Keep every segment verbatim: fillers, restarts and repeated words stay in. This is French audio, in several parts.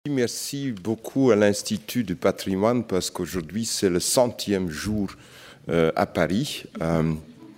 Merci beaucoup à l'Institut du patrimoine parce qu'aujourd'hui c'est le centième jour euh, à Paris. Euh,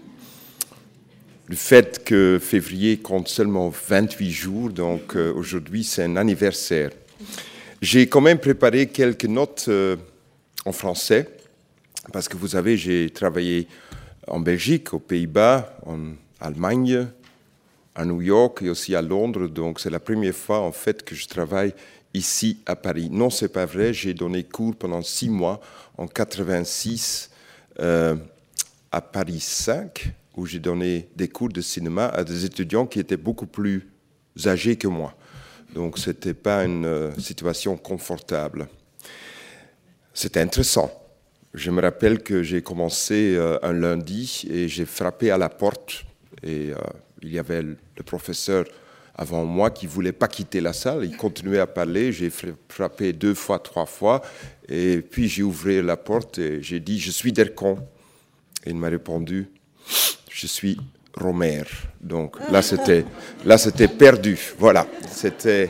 le fait que février compte seulement vingt-huit jours, donc euh, aujourd'hui c'est un anniversaire. J'ai quand même préparé quelques notes euh, en français parce que vous savez, j'ai travaillé en Belgique, aux Pays-Bas, en Allemagne, à New York et aussi à Londres, donc c'est la première fois en fait que je travaille ici à Paris. Non, c'est pas vrai, j'ai donné cours pendant six mois en quatre-vingt-six euh, à Paris cinq, où j'ai donné des cours de cinéma à des étudiants qui étaient beaucoup plus âgés que moi. Donc c'était pas une euh, situation confortable. C'était intéressant. Je me rappelle que j'ai commencé euh, un lundi et j'ai frappé à la porte et euh, il y avait le professeur avant moi qui ne voulait pas quitter la salle. Il continuait à parler. J'ai frappé deux fois, trois fois. Et puis j'ai ouvert la porte et j'ai dit « Je suis Dercon ». Et il m'a répondu « Je suis Romer ». Donc là, c'était, là, c'était perdu. Voilà. C'était...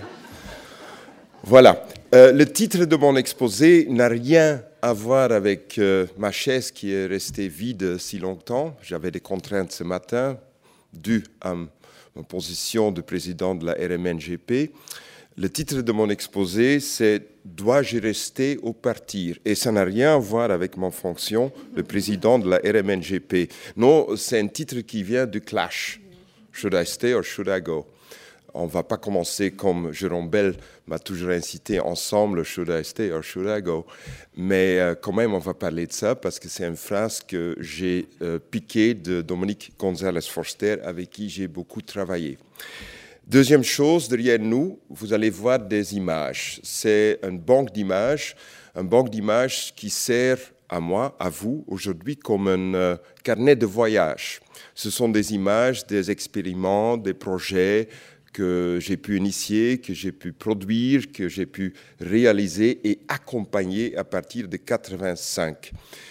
Voilà. Euh, le titre de mon exposé n'a rien à voir avec euh, ma chaise qui est restée vide si longtemps. J'avais des contraintes ce matin dues à ma position de président de la R M N G P. Le titre de mon exposé, c'est « Dois-je rester ou partir ?» Et ça n'a rien à voir avec ma fonction de président de la R M N G P. Non, c'est un titre qui vient du Clash. « Should I stay or should I go ?» On ne va pas commencer comme Jérôme Bell m'a toujours incité ensemble, « Should I stay or should I go ?» Mais euh, quand même, on va parler de ça parce que c'est une phrase que j'ai euh, piquée de Dominique Gonzalez-Forster, avec qui j'ai beaucoup travaillé. Deuxième chose, derrière nous, vous allez voir des images. C'est une banque d'images, une banque d'images qui sert à moi, à vous, aujourd'hui, comme un euh, carnet de voyage. Ce sont des images, des expériments, des projets que j'ai pu initier, que j'ai pu produire, que j'ai pu réaliser et accompagner à partir de quatre-vingt-cinq.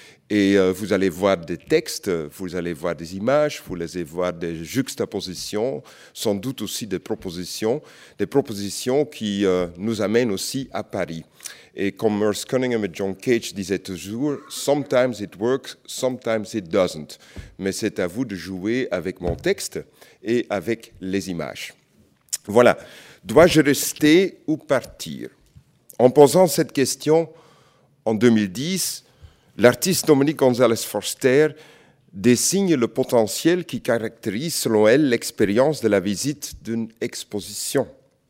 Et euh, vous allez voir des textes, vous allez voir des images, vous allez voir des juxtapositions, sans doute aussi des propositions, des propositions qui euh, nous amènent aussi à Paris. Et comme Merce Cunningham et John Cage disaient toujours, « Sometimes it works, sometimes it doesn't ». Mais c'est à vous de jouer avec mon texte et avec les images. Voilà. Dois-je rester ou partir? En posant cette question en deux mille dix, l'artiste Dominique Gonzalez-Forster dessine le potentiel qui caractérise, selon elle, l'expérience de la visite d'une exposition,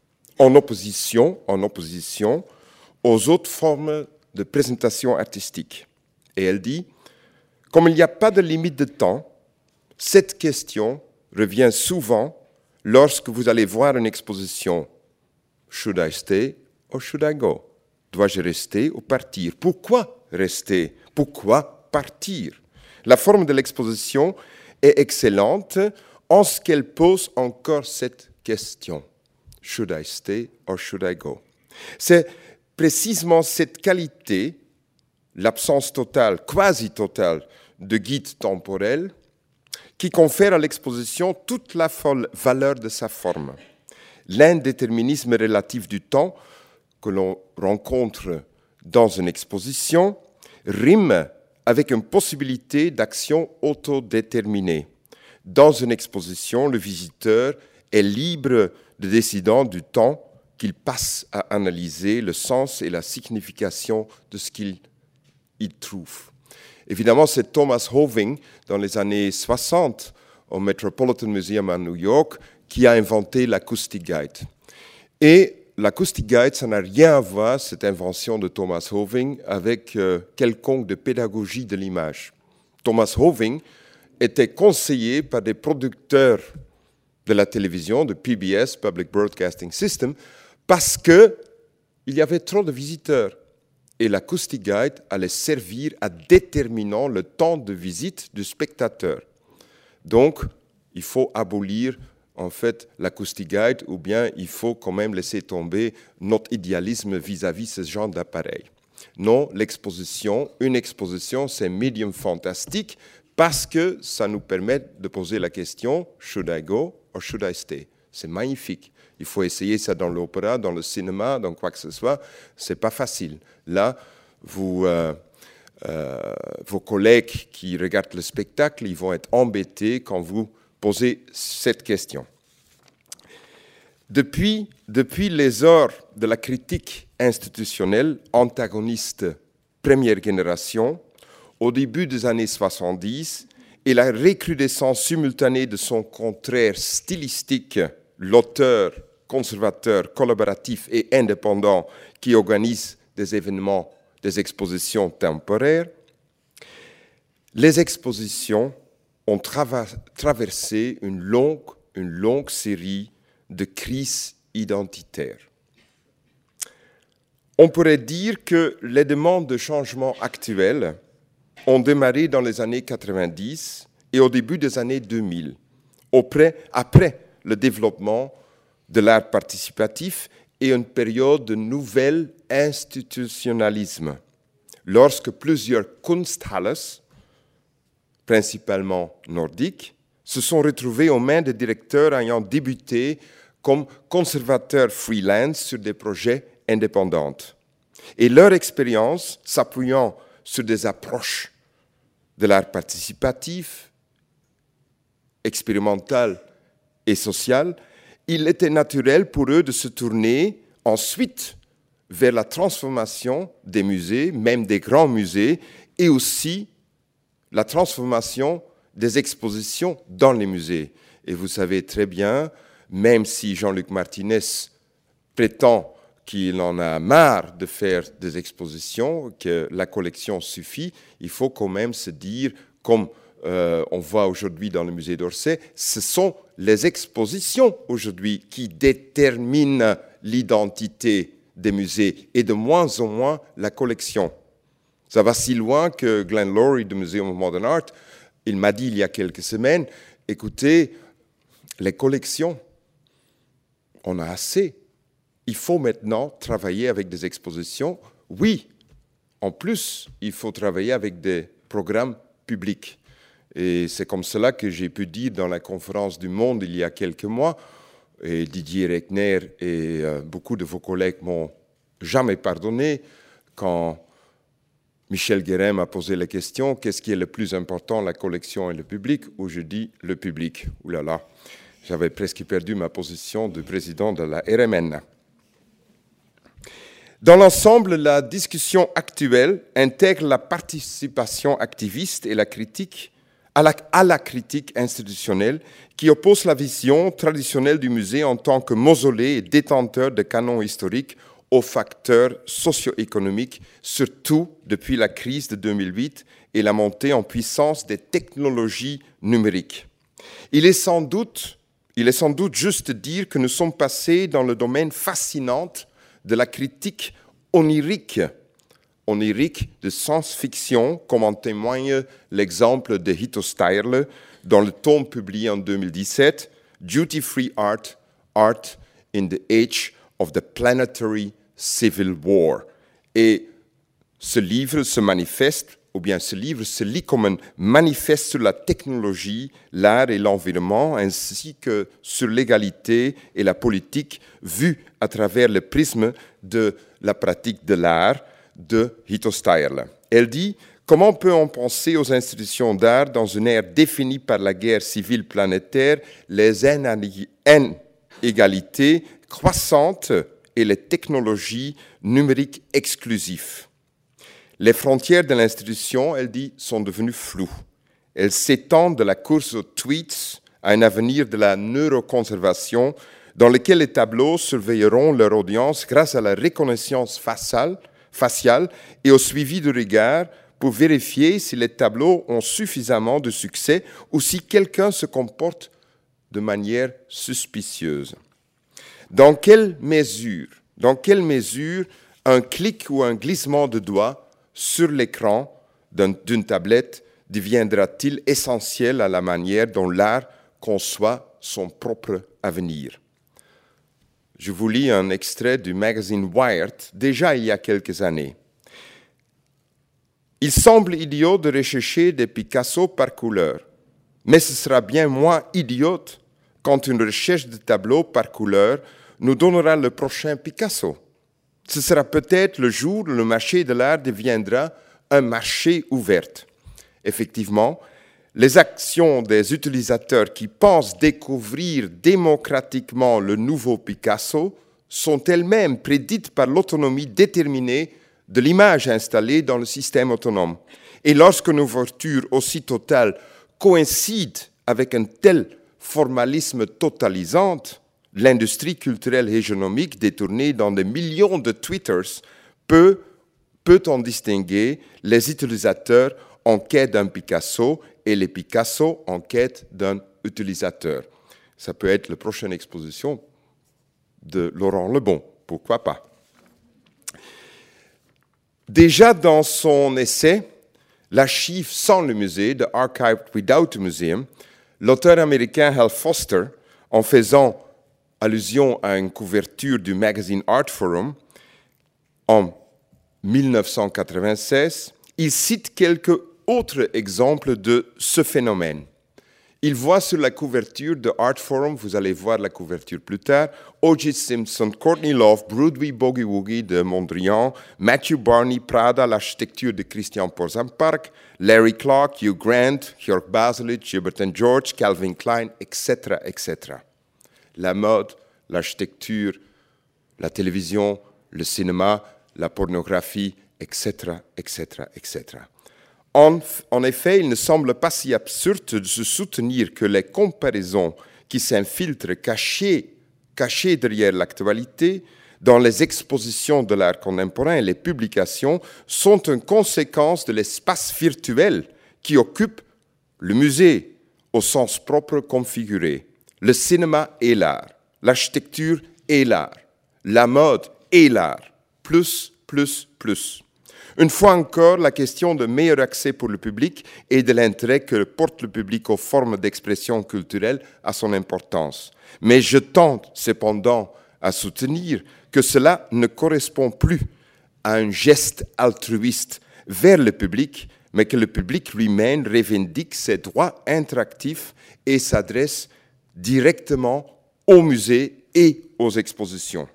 en opposition, en opposition aux autres formes de présentation artistique. Et elle dit, comme il n'y a pas de limite de temps, cette question revient souvent lorsque vous allez voir une exposition. Should I stay or should I go? Dois-je rester ou partir? Pourquoi rester? Pourquoi partir? La forme de l'exposition est excellente en ce qu'elle pose encore cette question. Should I stay or should I go? C'est précisément cette qualité, l'absence totale, quasi totale, de guide temporel, qui confère à l'exposition toute la valeur de sa forme. L'indéterminisme relatif du temps que l'on rencontre dans une exposition rime avec une possibilité d'action autodéterminée. Dans une exposition, le visiteur est libre de décider du temps qu'il passe à analyser le sens et la signification de ce qu'il y trouve. Évidemment, c'est Thomas Hoving, dans les années soixante, au Metropolitan Museum à New York, qui a inventé l'Acoustic Guide. Et l'Acoustic Guide, ça n'a rien à voir, cette invention de Thomas Hoving, avec euh, quelconque de pédagogie de l'image. Thomas Hoving était conseillé par des producteurs de la télévision, de P B S, Public Broadcasting System, parce qu'il y avait trop de visiteurs. Et l'Acoustic Guide allait servir à déterminer le temps de visite du spectateur. Donc, il faut abolir en fait l'Acoustic Guide ou bien il faut quand même laisser tomber notre idéalisme vis-à-vis ce genre d'appareil. Non, l'exposition, une exposition, c'est un médium fantastique parce que ça nous permet de poser la question « Should I go or should I stay ?» C'est magnifique. Il faut essayer ça dans l'opéra, dans le cinéma, dans quoi que ce soit. C'est pas facile. Là, vous, euh, euh, vos collègues qui regardent le spectacle, ils vont être embêtés quand vous posez cette question. Depuis, depuis les heures de la critique institutionnelle, antagoniste première génération, au début des années soixante-dix, et la recrudescence simultanée de son contraire stylistique, l'auteur conservateur, collaboratif et indépendant qui organise des événements, des expositions temporaires, les expositions ont trava- traversé une longue, une longue série de crises identitaires. On pourrait dire que les demandes de changement actuelles ont démarré dans les années quatre-vingt-dix et au début des années deux mille, auprès, après le développement de l'art participatif et une période de nouvel institutionnalisme, lorsque plusieurs Kunsthallen, principalement nordiques, se sont retrouvés aux mains de directeurs ayant débuté comme conservateurs freelance sur des projets indépendants. Et leur expérience, s'appuyant sur des approches de l'art participatif, expérimental et social, il était naturel pour eux de se tourner ensuite vers la transformation des musées, même des grands musées, et aussi la transformation des expositions dans les musées. Et vous savez très bien, même si Jean-Luc Martinez prétend qu'il en a marre de faire des expositions, que la collection suffit, il faut quand même se dire, comme euh, on voit aujourd'hui dans le musée d'Orsay, ce sont les expositions aujourd'hui qui déterminent l'identité des musées et de moins en moins la collection. Ça va si loin que Glenn Lowry du Museum of Modern Art, il m'a dit il y a quelques semaines, écoutez, les collections, on a assez. Il faut maintenant travailler avec des expositions. Oui, en plus, il faut travailler avec des programmes publics. Et c'est comme cela que j'ai pu dire dans la conférence du Monde il y a quelques mois, et Didier Reckner et euh, beaucoup de vos collègues m'ont jamais pardonné quand Michel Guérin m'a posé la question, qu'est-ce qui est le plus important, la collection et le public? Où je dis le public. Ouh là là, j'avais presque perdu ma position de président de la R M N. Dans l'ensemble, la discussion actuelle intègre la participation activiste et la critique à la, à la critique institutionnelle qui oppose la vision traditionnelle du musée en tant que mausolée et détenteur de canons historiques aux facteurs socio-économiques, surtout depuis la crise de deux mille huit et la montée en puissance des technologies numériques. Il est sans doute, il est sans doute juste de dire que nous sommes passés dans le domaine fascinant de la critique onirique, onirique de science-fiction, comme en témoigne l'exemple de Hito Steyerle dans le tome publié en deux mille dix-sept, Duty Free Art, Art in the Age of the Planetary Civil War. Et ce livre se manifeste, ou bien ce livre se lit comme un manifeste sur la technologie, l'art et l'environnement, ainsi que sur l'égalité et la politique, vue à travers le prisme de la pratique de l'art de Hito Steyerle. Elle dit « Comment peut-on penser aux institutions d'art dans une ère définie par la guerre civile planétaire, les inégalités croissantes et les technologies numériques exclusives. Les frontières de l'institution, elle dit, sont devenues floues. Elles s'étendent de la course aux tweets à un avenir de la neuroconservation dans lequel les tableaux surveilleront leur audience grâce à la reconnaissance faciale, faciale et au suivi du regard pour vérifier si les tableaux ont suffisamment de succès ou si quelqu'un se comporte de manière suspicieuse. Dans quelle mesure, dans quelle mesure un clic ou un glissement de doigt sur l'écran d'un, d'une tablette deviendra-t-il essentiel à la manière dont l'art conçoit son propre avenir? Je vous lis un extrait du magazine Wired, déjà il y a quelques années. Il semble idiot de rechercher des Picasso par couleur, mais ce sera bien moins idiot quand une recherche de tableaux par couleur nous donnera le prochain Picasso. Ce sera peut-être le jour où le marché de l'art deviendra un marché ouvert. Effectivement, les actions des utilisateurs qui pensent découvrir démocratiquement le nouveau Picasso sont elles-mêmes prédites par l'autonomie déterminée de l'image installée dans le système autonome. Et lorsque nos ouvertures aussi totales coïncident avec un tel formalisme totalisant, l'industrie culturelle hégémonique détournée dans des millions de Twitters peut, peut en distinguer les utilisateurs en quête d'un Picasso et les Picasso en quête d'un utilisateur. Ça peut être la prochaine exposition de Laurent Lebon, pourquoi pas. Déjà dans son essai « L'archive sans le musée » de Archive Without a Museum, l'auteur américain Hal Foster, en faisant allusion à une couverture du magazine Art Forum en mille neuf cent quatre-vingt-seize, il cite quelques autres exemples de ce phénomène. Il voit sur la couverture de Art Forum, vous allez voir la couverture plus tard, O J Simpson, Courtney Love, Broadway Boogie Woogie de Mondrian, Matthew Barney, Prada, l'architecture de Christian Porzenpark, Larry Clark, Hugh Grant, Jörg Baselitz, Gilbert and George, Calvin Klein, et cetera, et cetera. La mode, l'architecture, la télévision, le cinéma, la pornographie, et cetera, et cetera, et cetera. En, en effet, il ne semble pas si absurde de se soutenir que les comparaisons qui s'infiltrent cachées, cachées derrière l'actualité, dans les expositions de l'art contemporain et les publications, sont une conséquence de l'espace virtuel qui occupe le musée au sens propre configuré. Le cinéma est l'art, l'architecture est l'art, la mode est l'art, plus, plus, plus. Une fois encore, la question de meilleur accès pour le public et de l'intérêt que porte le public aux formes d'expression culturelle a son importance. Mais je tente cependant à soutenir que cela ne correspond plus à un geste altruiste vers le public, mais que le public lui-même revendique ses droits interactifs et s'adresse directement au musée et aux expositions.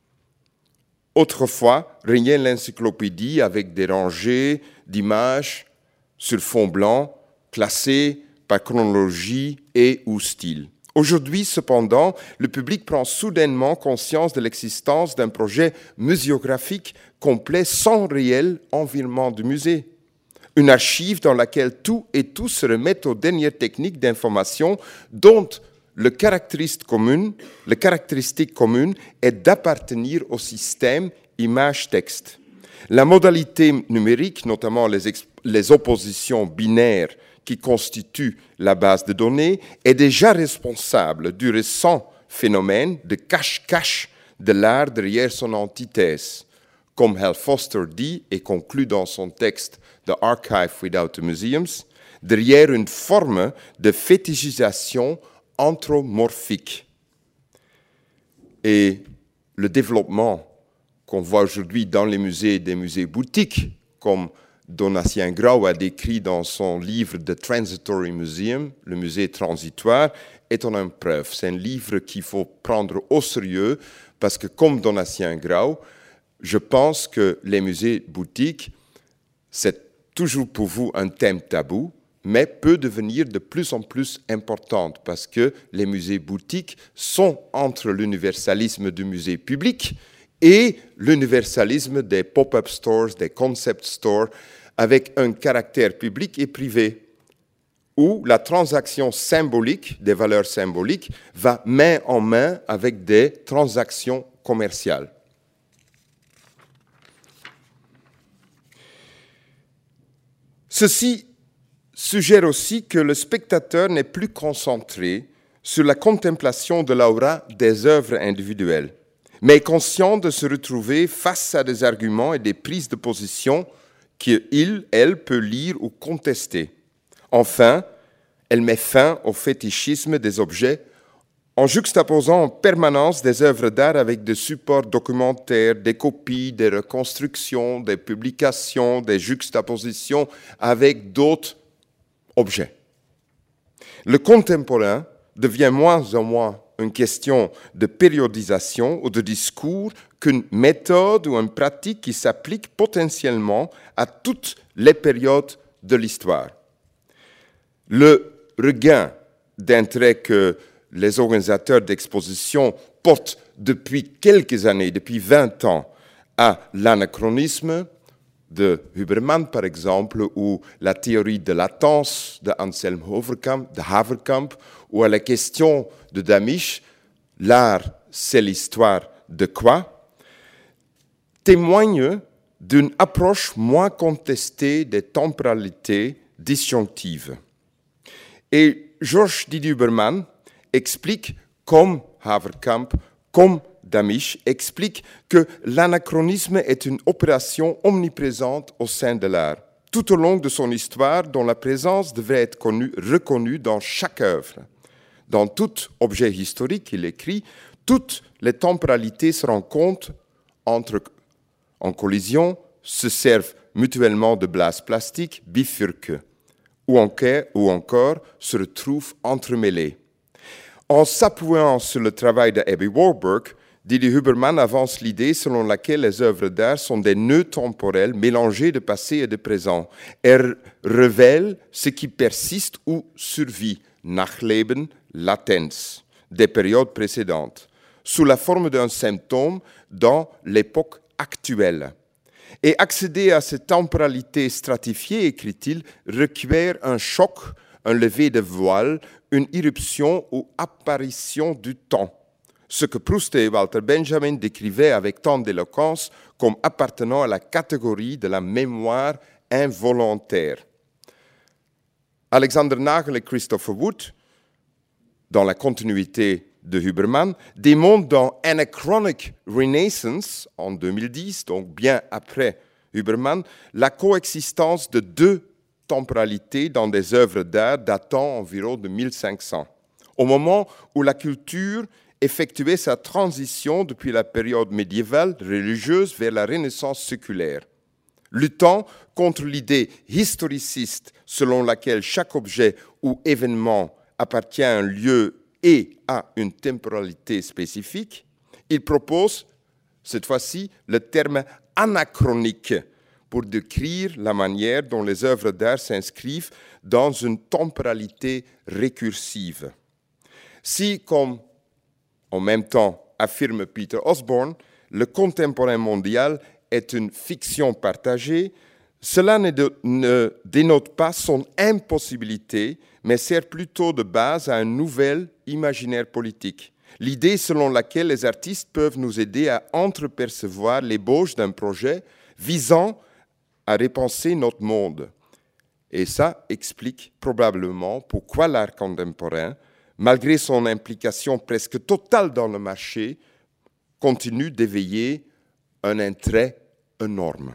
Autrefois, régnait l'encyclopédie avec des rangées d'images sur fond blanc, classées par chronologie et ou style. Aujourd'hui, cependant, le public prend soudainement conscience de l'existence d'un projet muséographique complet sans réel environnement du musée. Une archive dans laquelle tout et tous se remettent aux dernières techniques d'information dont le caractéristique commune, la caractéristique commune est d'appartenir au système image-texte. La modalité numérique, notamment les, exp- les oppositions binaires qui constituent la base de données, est déjà responsable du récent phénomène de cache-cache de l'art derrière son antithèse. Comme Hal Foster dit et conclut dans son texte The Archive Without a Museum, derrière une forme de fétichisation anthropomorphique. Et le développement qu'on voit aujourd'hui dans les musées, des musées boutiques, comme Donatien Grau a décrit dans son livre The Transitory Museum, le musée transitoire, est en preuve. C'est un livre qu'il faut prendre au sérieux parce que, comme Donatien Grau, je pense que les musées boutiques, c'est toujours pour vous un thème tabou, mais peut devenir de plus en plus importante parce que les musées boutiques sont entre l'universalisme du musée public et l'universalisme des pop-up stores, des concept stores, avec un caractère public et privé, où la transaction symbolique, des valeurs symboliques, va main en main avec des transactions commerciales. Ceci suggère aussi que le spectateur n'est plus concentré sur la contemplation de l'aura des œuvres individuelles, mais est conscient de se retrouver face à des arguments et des prises de position qu'il, elle, peut lire ou contester. Enfin, elle met fin au fétichisme des objets en juxtaposant en permanence des œuvres d'art avec des supports documentaires, des copies, des reconstructions, des publications, des juxtapositions avec d'autres objets. Le contemporain, devient moins en moins une question de périodisation ou de discours qu'une méthode ou une pratique qui s'applique potentiellement à toutes les périodes de l'histoire. Le regain d'intérêt que les organisateurs d'expositions portent depuis quelques années, depuis vingt ans, à l'anachronisme de Huberman, par exemple, ou la théorie de latence de Anselm Haverkamp, de Haverkamp, ou à la question de Damisch, l'art, c'est l'histoire de quoi, témoignent d'une approche moins contestée des temporalités disjonctives. Et Georges Didier Huberman explique, comme Haverkamp, comme Damisch, explique que l'anachronisme est une opération omniprésente au sein de l'art, tout au long de son histoire, dont la présence devrait être connue, reconnue dans chaque œuvre. Dans tout objet historique, il écrit, toutes les temporalités se rencontrent entre, en collision, se servent mutuellement de blases plastiques, bifurquent, ou encore, ou encore se retrouvent entremêlées. En s'appuyant sur le travail de Aby Warburg, Didier Huberman avance l'idée selon laquelle les œuvres d'art sont des nœuds temporels mélangés de passé et de présent. Elles révèlent ce qui persiste ou survit, Nachleben, Latenz, des périodes précédentes, sous la forme d'un symptôme dans l'époque actuelle. Et accéder à cette temporalité stratifiée, écrit-il, requiert un choc, un lever de voile, une irruption ou apparition du temps. Ce que Proust et Walter Benjamin décrivaient avec tant d'éloquence comme appartenant à la catégorie de la mémoire involontaire. Alexander Nagel et Christopher Wood, dans la continuité de Huberman, démontrent dans Anachronic Renaissance, en deux mille dix, donc bien après Huberman, la coexistence de deux temporalités dans des œuvres d'art datant environ de mille cinq cents, au moment où la culture effectuait sa transition depuis la période médiévale religieuse vers la Renaissance séculaire, luttant contre l'idée historiciste selon laquelle chaque objet ou événement appartient à un lieu et à une temporalité spécifique. Il propose, cette fois-ci, le terme anachronique pour décrire la manière dont les œuvres d'art s'inscrivent dans une temporalité récursive. Si, comme en même temps affirme Peter Osborne, le contemporain mondial est une fiction partagée, cela ne, de, ne dénote pas son impossibilité, mais sert plutôt de base à un nouvel imaginaire politique. L'idée selon laquelle les artistes peuvent nous aider à entrepercevoir l'ébauche d'un projet visant à repenser notre monde. Et ça explique probablement pourquoi l'art contemporain, malgré son implication presque totale dans le marché, continue d'éveiller un intérêt énorme.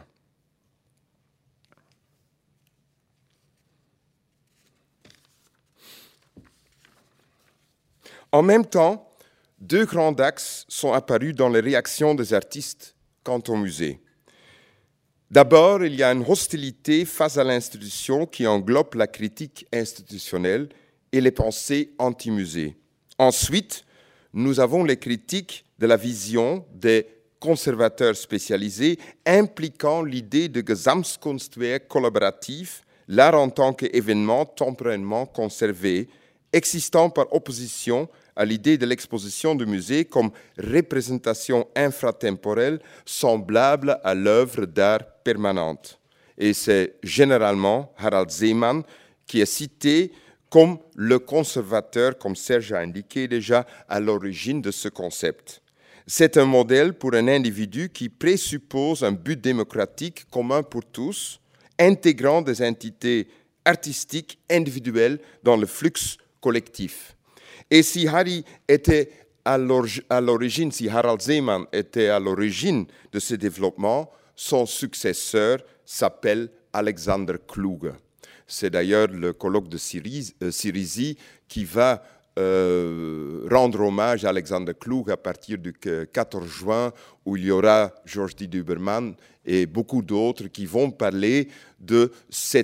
En même temps, deux grands axes sont apparus dans les réactions des artistes quant au musée. D'abord, il y a une hostilité face à l'institution qui englobe la critique institutionnelle et les pensées anti-musée. Ensuite, nous avons les critiques de la vision des conservateurs spécialisés impliquant l'idée de Gesamtkunstwerk collaboratif, l'art en tant qu'événement temporairement conservé, existant par opposition à l'idée de l'exposition du musée comme représentation infratemporelle semblable à l'œuvre d'art permanente. Et c'est généralement Harald Seemann qui est cité comme le conservateur, comme Serge a indiqué déjà, à l'origine de ce concept. C'est un modèle pour un individu qui présuppose un but démocratique commun pour tous, intégrant des entités artistiques individuelles dans le flux collectif. Et si Harry était à l'origine, si Harald Seemann était à l'origine de ce développement, son successeur s'appelle Alexander Kluge. C'est d'ailleurs le colloque de Cerisy qui va euh, rendre hommage à Alexander Kluge à partir du quatorze juin, où il y aura Georges Didier Huberman et beaucoup d'autres qui vont parler de cette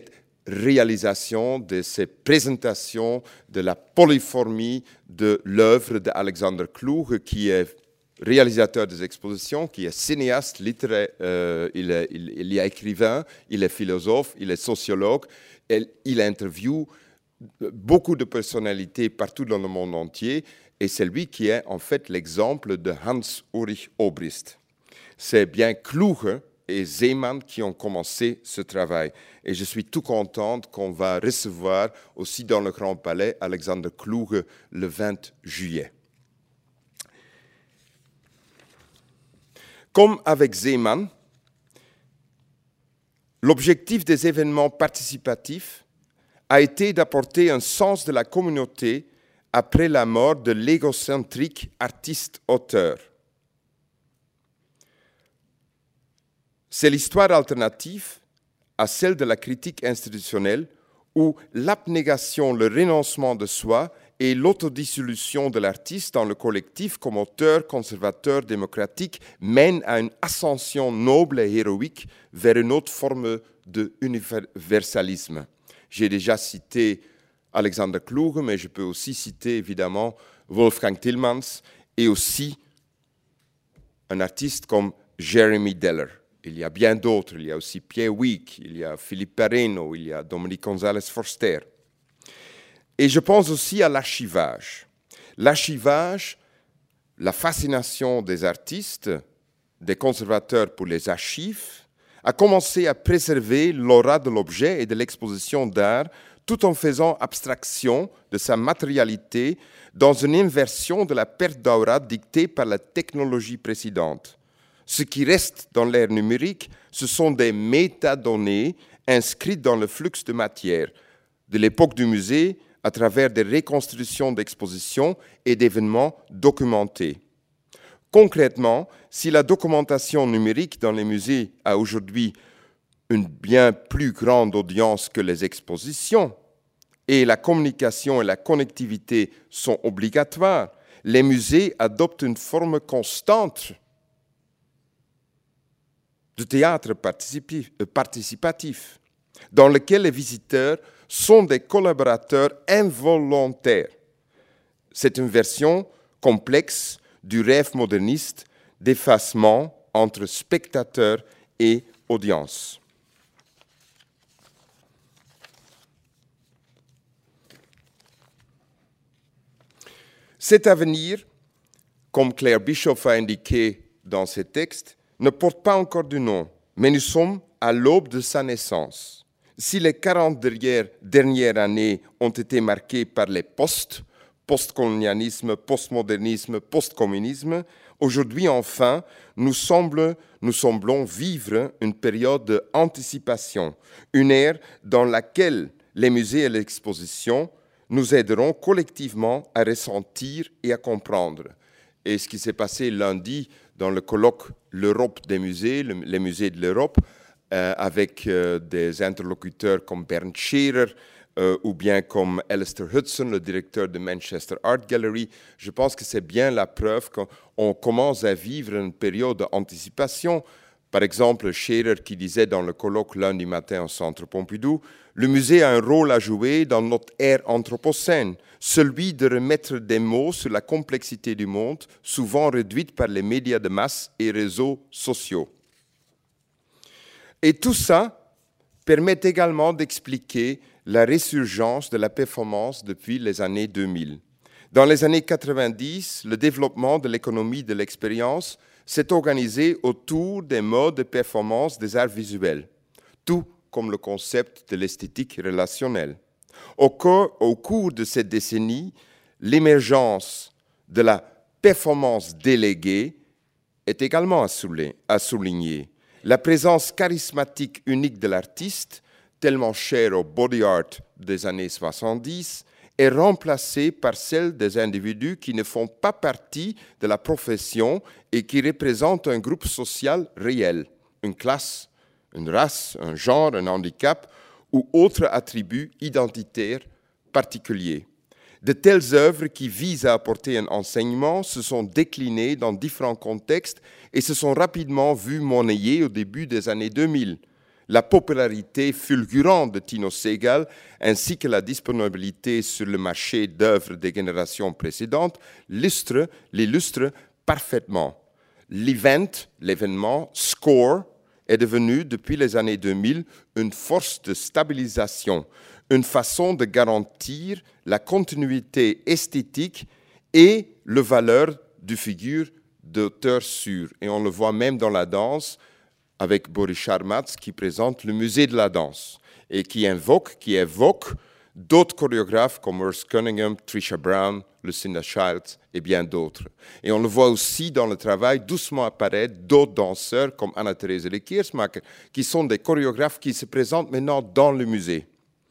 réalisations, de ces présentations, de la polyphormie de l'œuvre d'Alexander Kluge, qui est réalisateur des expositions, qui est cinéaste, littéraire, euh, il, est, il, il est écrivain, il est philosophe, il est sociologue, et il interviewe beaucoup de personnalités partout dans le monde entier, et c'est lui qui est en fait l'exemple de Hans-Ulrich Obrist. C'est bien Kluge et Zeeman qui ont commencé ce travail. Et je suis tout content qu'on va recevoir aussi dans le Grand Palais Alexander Kluge le vingt juillet. Comme avec Zeeman, l'objectif des événements participatifs a été d'apporter un sens de la communauté après la mort de l'égocentrique artiste-auteur. C'est l'histoire alternative à celle de la critique institutionnelle où l'abnégation, le renoncement de soi et l'autodissolution de l'artiste dans le collectif comme auteur conservateur démocratique mènent à une ascension noble et héroïque vers une autre forme d'universalisme. J'ai déjà cité Alexander Kluge, mais je peux aussi citer évidemment Wolfgang Tillmans et aussi un artiste comme Jeremy Deller. Il y a bien d'autres, il y a aussi Pierre Wieck, il y a Philippe Perreno, il y a Dominique González-Forster. Et je pense aussi à l'archivage. L'archivage, la fascination des artistes, des conservateurs pour les archives, a commencé à préserver l'aura de l'objet et de l'exposition d'art tout en faisant abstraction de sa matérialité dans une inversion de la perte d'aura dictée par la technologie précédente. Ce qui reste dans l'ère numérique, ce sont des métadonnées inscrites dans le flux de matière de l'époque du musée à travers des reconstitutions d'expositions et d'événements documentés. Concrètement, si la documentation numérique dans les musées a aujourd'hui une bien plus grande audience que les expositions, et la communication et la connectivité sont obligatoires, les musées adoptent une forme constante de théâtre participatif, dans lequel les visiteurs sont des collaborateurs involontaires. C'est une version complexe du rêve moderniste d'effacement entre spectateurs et audience. Cet avenir, comme Claire Bischoff a indiqué dans ses textes, ne porte pas encore de nom, mais nous sommes à l'aube de sa naissance. Si les quarante dernières années ont été marquées par les postes, postcolonialisme, postmodernisme, postcommunisme, aujourd'hui enfin, nous, semble, nous semblons vivre une période d'anticipation, une ère dans laquelle les musées et l'exposition nous aideront collectivement à ressentir et à comprendre. Et ce qui s'est passé lundi dans le colloque L'Europe des musées, les musées de l'Europe, euh, avec euh, des interlocuteurs comme Bernd Scherer euh, ou bien comme Alistair Hudson, le directeur de Manchester Art Gallery, je pense que c'est bien la preuve qu'on commence à vivre une période d'anticipation. Par exemple, Scherer qui disait dans le colloque lundi matin au Centre Pompidou, le musée a un rôle à jouer dans notre ère anthropocène, celui de remettre des mots sur la complexité du monde, souvent réduite par les médias de masse et réseaux sociaux. Et tout ça permet également d'expliquer la résurgence de la performance depuis les années deux mille. Dans les années quatre-vingt-dix, le développement de l'économie de l'expérience s'est organisé autour des modes de performance des arts visuels, tout comme le concept de l'esthétique relationnelle. Au cours, au cours de cette décennie, l'émergence de la performance déléguée est également à souligner. La présence charismatique unique de l'artiste, tellement chère au body art des années soixante-dix, est remplacée par celle des individus qui ne font pas partie de la profession et qui représentent un groupe social réel, une classe, une race, un genre, un handicap ou autre attribut identitaire particulier. De telles œuvres qui visent à apporter un enseignement se sont déclinées dans différents contextes et se sont rapidement vues monnayer au début des années deux mille. la popularité fulgurante de Tino Sehgal ainsi que la disponibilité sur le marché d'œuvres des générations précédentes l'illustrent, l'illustrent parfaitement. L'event, l'événement, Score, est devenu depuis les années deux mille une force de stabilisation, une façon de garantir la continuité esthétique et la valeur du figure d'auteur sûr. Et on le voit même dans la danse avec Boris Charmatz qui présente le musée de la danse et qui invoque, qui évoque d'autres chorégraphes comme Urs Cunningham, Trisha Brown, Lucinda Childs et bien d'autres. Et on le voit aussi dans le travail doucement apparaître d'autres danseurs comme Anna-Therese de Keersmacher qui sont des chorégraphes qui se présentent maintenant dans le musée.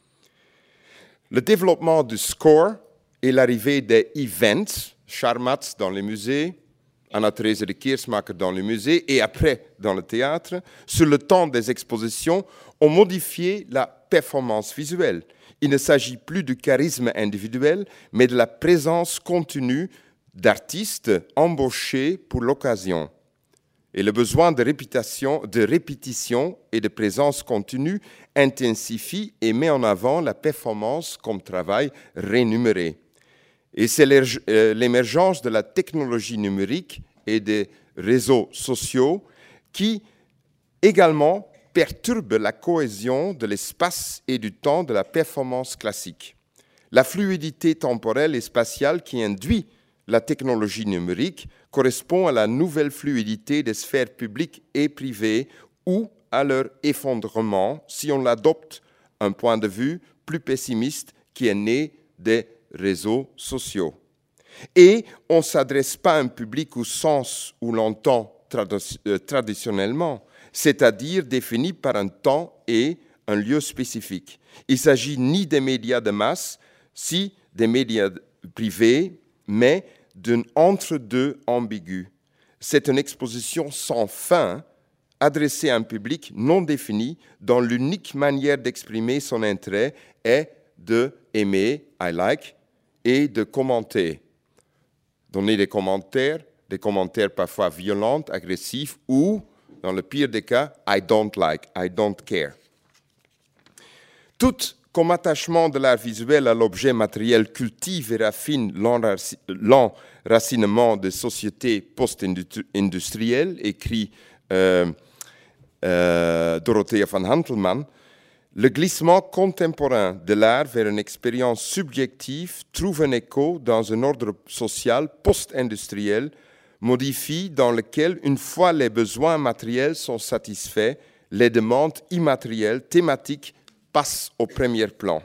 Le développement du score et l'arrivée des events, Charmatz dans les musées, Anna-Therese de Keersmacher dans le musée et après dans le théâtre, sur le temps des expositions, ont modifié la performance visuelle. Il ne s'agit plus du charisme individuel, mais de la présence continue d'artistes embauchés pour l'occasion. Et le besoin de répétition, de répétition et de présence continue intensifie et met en avant la performance comme travail rémunéré. Et c'est l'émergence de la technologie numérique et des réseaux sociaux qui également perturbe la cohésion de l'espace et du temps de la performance classique. La fluidité temporelle et spatiale qui induit la technologie numérique correspond à la nouvelle fluidité des sphères publiques et privées ou à leur effondrement si on adopte un point de vue plus pessimiste qui est né des réseaux sociaux. Et on ne s'adresse pas à un public au sens où l'entend trad- euh, traditionnellement, c'est-à-dire défini par un temps et un lieu spécifique. Il ne s'agit ni des médias de masse, si des médias privés, mais d'un entre-deux ambigu. C'est une exposition sans fin, adressée à un public non défini, dont l'unique manière d'exprimer son intérêt est de aimer, I like, et de commenter. Donner des commentaires, des commentaires parfois violents, agressifs, ou, dans le pire des cas, I don't like, I don't care. Tout comme attachement de l'art visuel à l'objet matériel cultive et raffine l'enracinement des sociétés post-industrielles, écrit euh, euh, Dorothea van Hantelmann, le glissement contemporain de l'art vers une expérience subjective trouve un écho dans un ordre social post-industriel modifié dans lequel, une fois les besoins matériels sont satisfaits, les demandes immatérielles, thématiques, passent au premier plan.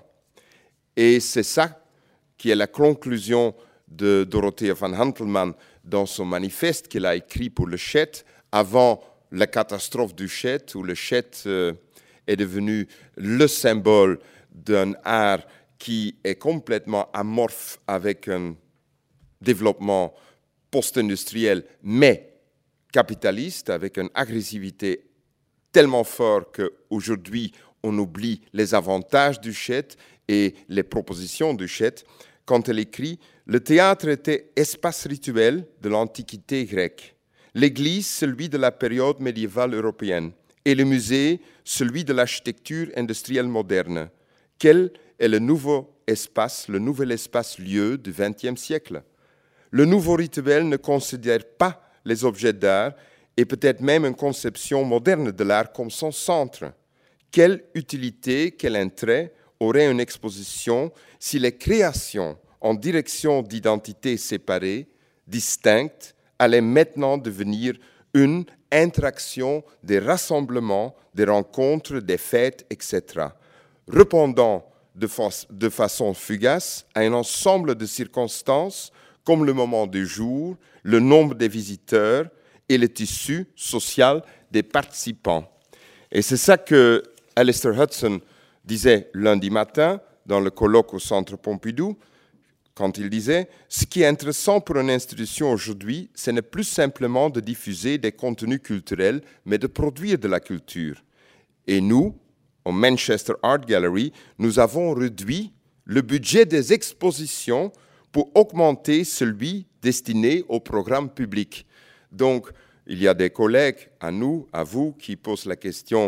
Et c'est ça qui est la conclusion de Dorothea van Hantelmann dans son manifeste qu'il a écrit pour le Chet avant la catastrophe du Chet, où le Chet euh, est devenu le symbole d'un art qui est complètement amorphe avec un développement post-industriel, mais capitaliste, avec une agressivité tellement forte qu'aujourd'hui, on oublie les avantages du Chet et les propositions du Chet. Quand elle écrit « Le théâtre était espace rituel de l'Antiquité grecque, l'église celui de la période médiévale européenne, et le musée celui de l'architecture industrielle moderne. Quel est le nouveau espace, le nouvel espace-lieu du vingtième siècle? Le nouveau rituel ne considère pas les objets d'art et peut-être même une conception moderne de l'art comme son centre. Quelle utilité, quel intérêt aurait une exposition si les créations en direction d'identités séparées, distinctes, allaient maintenant devenir une interaction des rassemblements, des rencontres, des fêtes, et cetera, répondant de, fa- de façon fugace à un ensemble de circonstances comme le moment du jour, le nombre des visiteurs et le tissu social des participants. Et c'est ça que Alistair Hudson disait lundi matin dans le colloque au Centre Pompidou, quand il disait « Ce qui est intéressant pour une institution aujourd'hui, ce n'est plus simplement de diffuser des contenus culturels, mais de produire de la culture. » Et nous, au Manchester Art Gallery, nous avons réduit le budget des expositions pour augmenter celui destiné au programme public. Donc, il y a des collègues à nous, à vous, qui posent la question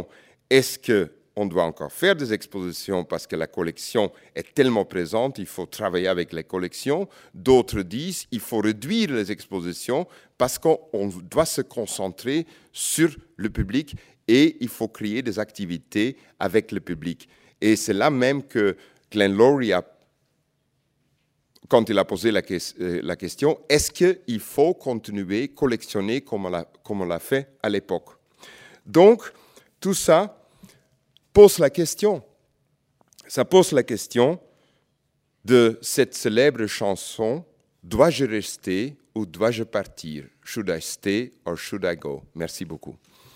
est-ce qu'on doit encore faire des expositions parce que la collection est tellement présente, il faut travailler avec les collections. D'autres disent qu'il faut réduire les expositions parce qu'on doit se concentrer sur le public et il faut créer des activités avec le public. Et c'est là même que Glenn Loury a quand il a posé la, que la question, est-ce qu'il faut continuer à collectionner comme on l'a, comme on l'a fait à l'époque? Donc, tout ça pose la question. Ça pose la question de cette célèbre chanson, dois-je rester ou dois-je partir? Should I stay or should I go? Merci beaucoup.